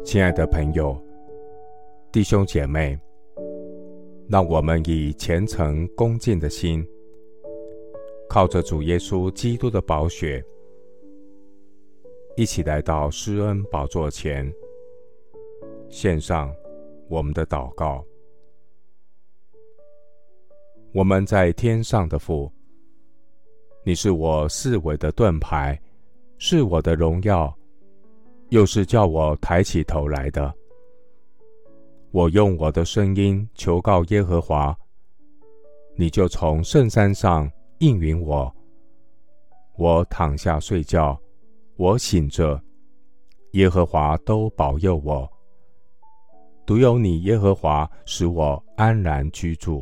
亲爱的朋友、弟兄姐妹，让我们以虔诚恭敬的心，靠着主耶稣基督的宝血，一起来到施恩宝座前，献上我们的祷告。我们在天上的父，你是我四围的盾牌，是我的荣耀，又是叫我抬起头来的。我用我的声音求告耶和华，你就从圣山上应允我。我躺下睡觉，我醒着，耶和华都保佑我。独有你耶和华使我安然居住。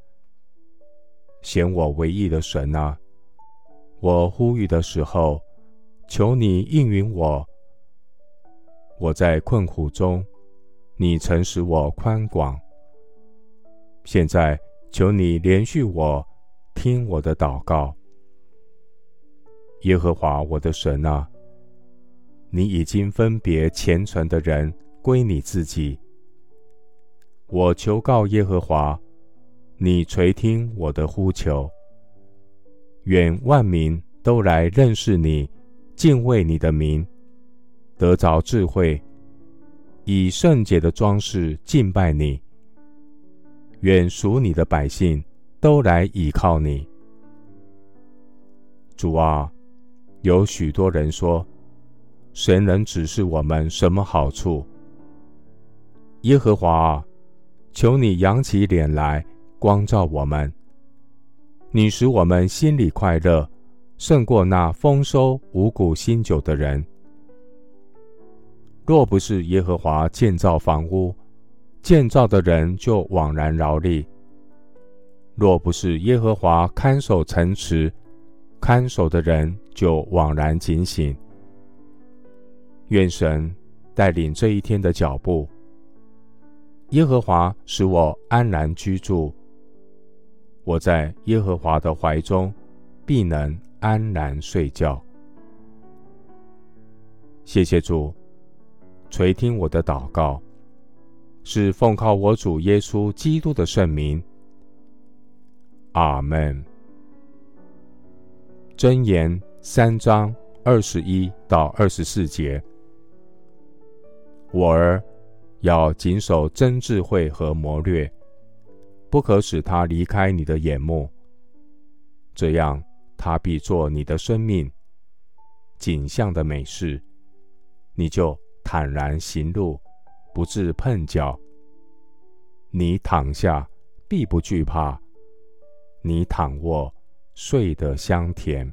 显我为义的神啊，我呼吁的时候，求你应允我。我在困苦中，你曾使我宽广。现在求你怜恤我，听我的祷告。耶和华我的神啊，你已经分别虔诚的人归你自己。我求告耶和华，你垂听我的呼求。愿万民都来认识你，敬畏你的名，得着智慧，以圣洁的装饰敬拜你。愿属你的百姓都来倚靠你。主啊，有许多人说，谁能指示我们什么好处？耶和华啊，求你扬起脸来，光照我们。你使我们心里快乐，胜过那丰收五谷新酒的人。若不是耶和华建造房屋，建造的人就枉然劳力；若不是耶和华看守城池，看守的人就枉然警醒。愿神带领这一天的脚步，耶和华使我安然居住。我在耶和华的怀中，必能安然睡觉。谢谢主，垂听我的祷告，是奉靠我主耶稣基督的圣名。阿们。箴言3章21到24节。我儿，要谨守真智慧和谋略，不可使它离开你的眼目，这样它必做你的生命景象的美事，你就坦然行路，不致碰脚。你躺下必不惧怕，你躺卧睡得香甜。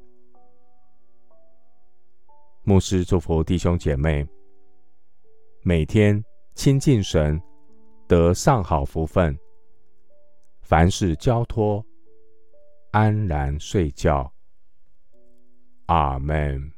牧师祝福弟兄姐妹，每天亲近神，得上好福分，凡事交托，安然睡觉。阿们。